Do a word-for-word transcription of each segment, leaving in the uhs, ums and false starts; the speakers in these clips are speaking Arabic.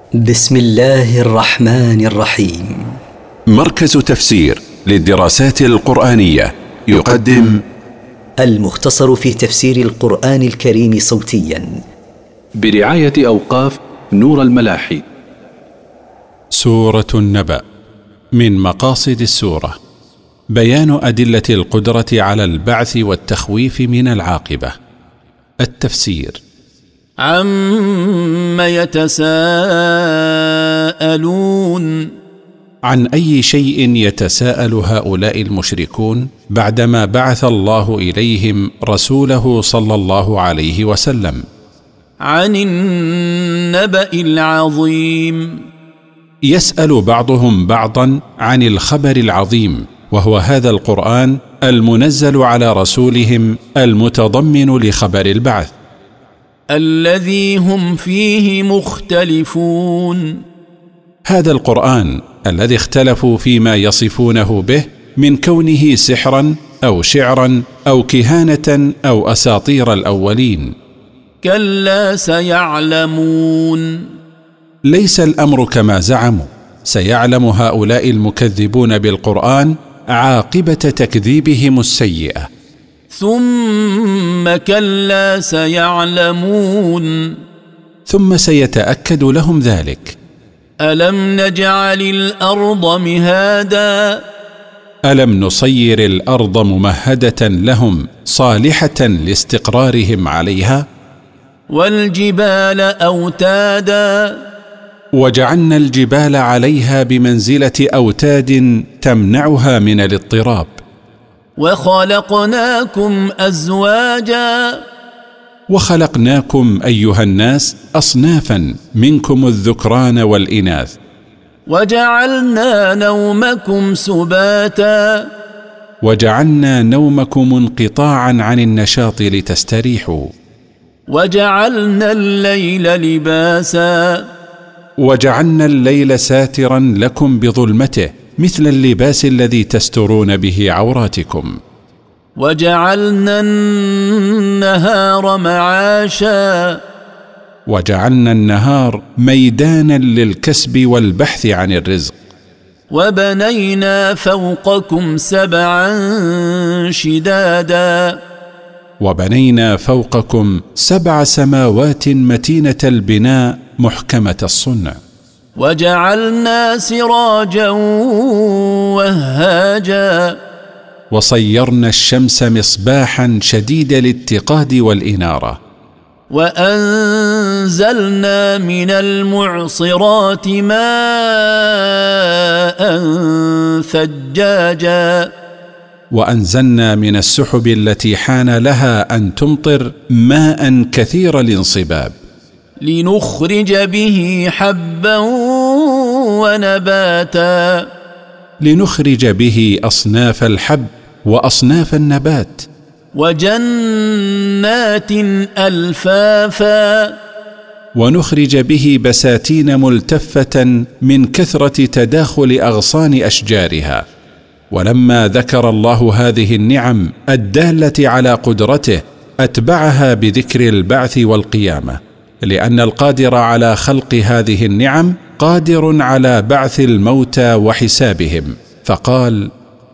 بسم الله الرحمن الرحيم. مركز تفسير للدراسات القرآنية يقدم المختصر في تفسير القرآن الكريم صوتيا برعاية أوقاف نور الملاحي. سورة النبأ. من مقاصد السورة بيان أدلة القدرة على البعث والتخويف من العاقبة. التفسير: عم يتساءلون، عن أي شيء يتساءل هؤلاء المشركون بعدما بعث الله إليهم رسوله صلى الله عليه وسلم؟ عن النبأ العظيم. يسأل بعضهم بعضا عن الخبر العظيم، وهو هذا القرآن المنزل على رسولهم المتضمن لخبر البعث، الذي هم فيه مختلفون. هذا القرآن الذي اختلفوا فيما يصفونه به من كونه سحرا أو شعرا أو كهانة أو أساطير الأولين. كلا سيعلمون. ليس الأمر كما زعموا، سيعلم هؤلاء المكذبون بالقرآن عاقبة تكذيبهم السيئة. ثم كلا سيعلمون. ثم سيتأكد لهم ذلك. ألم نجعل الأرض مهادا. ألم نصير الأرض ممهدة لهم صالحة لاستقرارهم عليها؟ والجبال أوتادا. وجعلنا الجبال عليها بمنزلة أوتاد تمنعها من الاضطراب. وخلقناكم أزواجا. وخلقناكم أيها الناس أصنافا، منكم الذكران والإناث. وجعلنا نومكم سباتا. وجعلنا نومكم انقطاعا عن النشاط لتستريحوا. وجعلنا الليل لباسا. وجعلنا الليل ساترا لكم بظلمته، مثل اللباس الذي تسترون به عوراتكم. وجعلنا النهار معاشا. وجعلنا النهار ميدانا للكسب والبحث عن الرزق. وبنينا فوقكم سبعا شدادا. وبنينا فوقكم سبع سماوات متينة البناء محكمة الصنع. وجعلنا سراجا وهاجا. وصيرنا الشمس مصباحا شديد الاتقاد والإنارة. وأنزلنا من المعصرات ماء ثجاجا. وأنزلنا من السحب التي حان لها أن تمطر ماء كثير الانصباب، لنخرج به حبا ونباتا. لنخرج به أصناف الحب وأصناف النبات. وجنات ألفافا. ونخرج به بساتين ملتفة من كثرة تداخل أغصان أشجارها. ولما ذكر الله هذه النعم الدالة على قدرته أتبعها بذكر البعث والقيامة، لأن القادر على خلق هذه النعم قادر على بعث الموتى وحسابهم، فقال: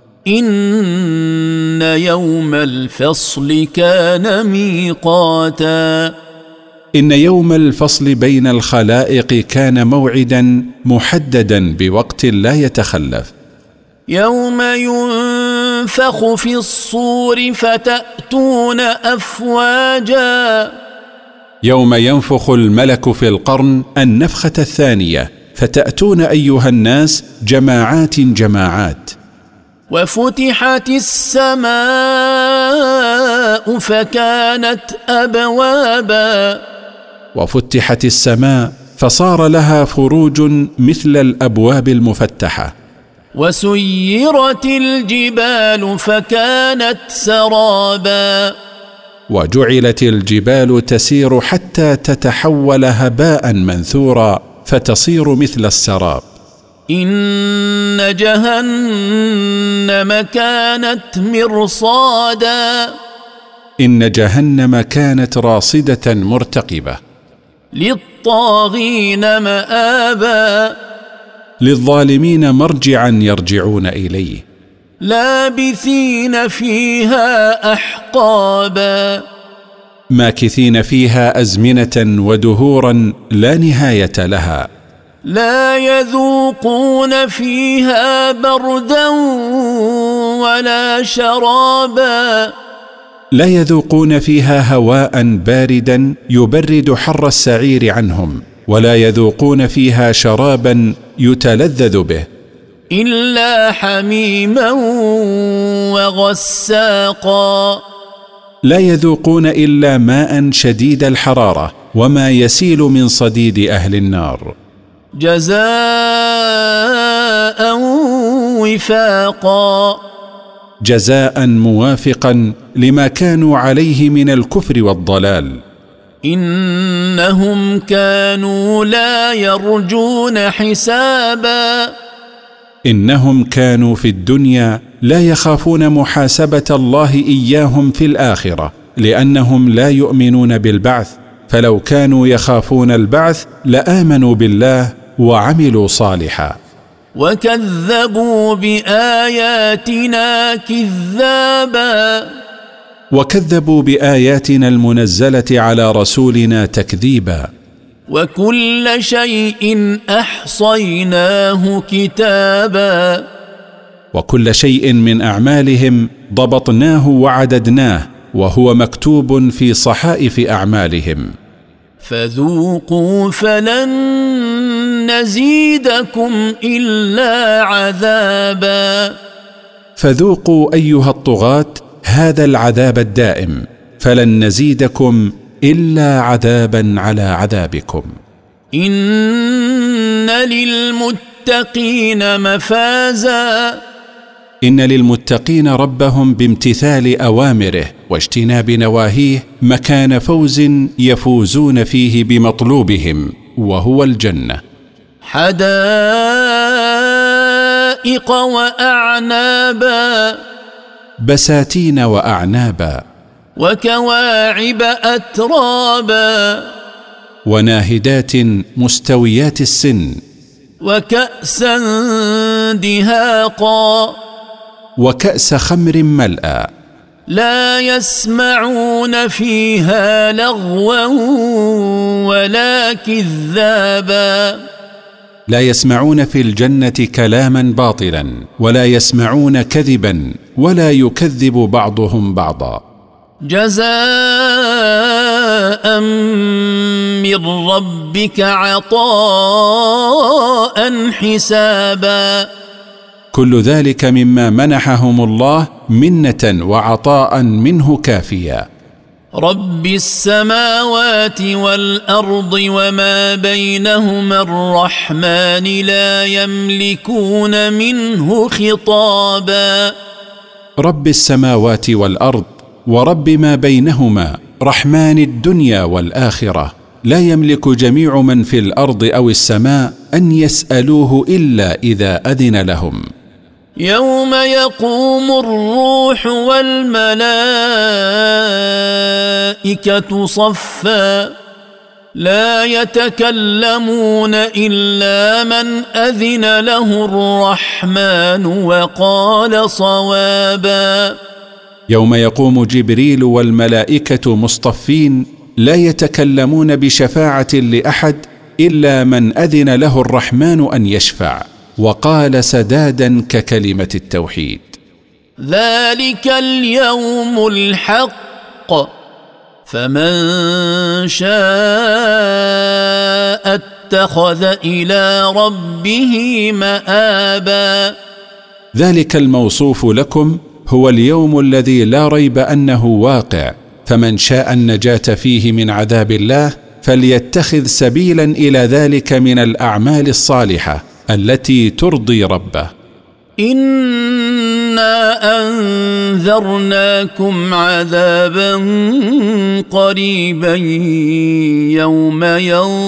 إن يوم الفصل كان ميقاتا. إن يوم الفصل بين الخلائق كان موعدا محددا بوقت لا يتخلف. يوم ينفخ في الصور فتأتون أفواجا. يوم ينفخ الملك في القرن النفخة الثانية، فتأتون أيها الناس جماعات جماعات. وفتحت السماء فكانت أبوابا. وفتحت السماء فصار لها فروج مثل الأبواب المفتحة. وسيرت الجبال فكانت سرابا. وجعلت الجبال تسير حتى تتحول هباء منثورا فتصير مثل السراب. إن جهنم كانت مرصادا. إن جهنم كانت راصدة مرتقبة. للطاغين مآبا للظالمين مرجعا يرجعون إليه لابثين فيها أحقابا ماكثين فيها أزمنة ودهورا لا نهاية لها لا يذوقون فيها بردا ولا شرابا لا يذوقون فيها هواء باردا يبرد حر السعير عنهم ولا يذوقون فيها شرابا يتلذذ به إلا حميما وغساقا لا يذوقون إلا ماء شديد الحرارة وما يسيل من صديد أهل النار جزاء وفاقا جزاء موافقا لما كانوا عليه من الكفر والضلال إنهم كانوا لا يرجون حسابا إنهم كانوا في الدنيا لا يخافون محاسبة الله إياهم في الآخرة لأنهم لا يؤمنون بالبعث فلو كانوا يخافون البعث لآمنوا بالله وعملوا صالحا وكذبوا بآياتنا كذابا وكذبوا بآياتنا المنزلة على رسولنا تكذيبا وكل شيء أحصيناه كتابا وكل شيء من أعمالهم ضبطناه وعددناه وهو مكتوب في صحائف أعمالهم فذوقوا فلن نزيدكم إلا عذابا فذوقوا أيها الطغاة هذا العذاب الدائم فلن نزيدكم إلا عذابا على عذابكم إن للمتقين مفازا إن للمتقين ربهم بامتثال أوامره واجتناب نواهيه مكان فوز يفوزون فيه بمطلوبهم وهو الجنة حدائق وأعنابا بساتين وأعنابا وكواعب أترابا وناهدات مستويات السن وكأسا دهاقا وكأس خمر ملأى لا يسمعون فيها لغوا ولا كذابا لا يسمعون في الجنة كلاما باطلا ولا يسمعون كذبا ولا يكذب بعضهم بعضا جزاء من ربك عطاء حسابا كل ذلك مما منحهم الله منة وعطاء منه كافيا رب السماوات والأرض وما بينهما الرحمن لا يملكون منه خطابا رب السماوات والأرض ورب ما بينهما رحمن الدنيا والآخرة لا يملك جميع من في الأرض أو السماء أن يسألوه إلا إذا أذن لهم يوم يقوم الروح والملائكة صفا لا يتكلمون إلا من أذن له الرحمن وقال صوابا يوم يقوم جبريل والملائكة مصطفين لا يتكلمون بشفاعة لأحد إلا من أذن له الرحمن أن يشفع وقال سدادا ككلمة التوحيد ذلك اليوم الحق فمن شاء اتخذ إلى ربه مآبا ذلك الموصوف لكم هو اليوم الذي لا ريب أنه واقع فمن شاء النجاة فيه من عذاب الله فليتخذ سبيلا إلى ذلك من الأعمال الصالحة التي ترضي ربه إنا أنذرناكم عذابا قريبا يوم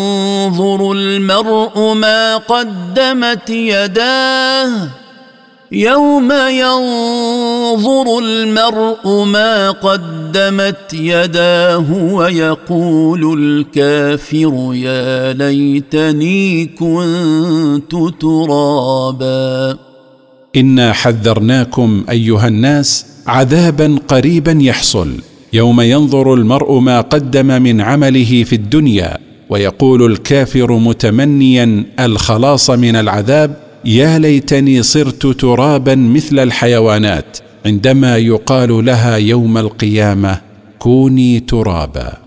ينظر المرء ما قدمت يداه يوم ينظر المرء ما قدمت يداه ويقول الكافر يا ليتني كنت ترابا. إنا حذرناكم أيها الناس عذابا قريبا يحصل يوم ينظر المرء ما قدم من عمله في الدنيا ويقول الكافر متمنيا الخلاص من العذاب يا ليتني صرت ترابا مثل الحيوانات، عندما يقال لها يوم القيامة كوني ترابا.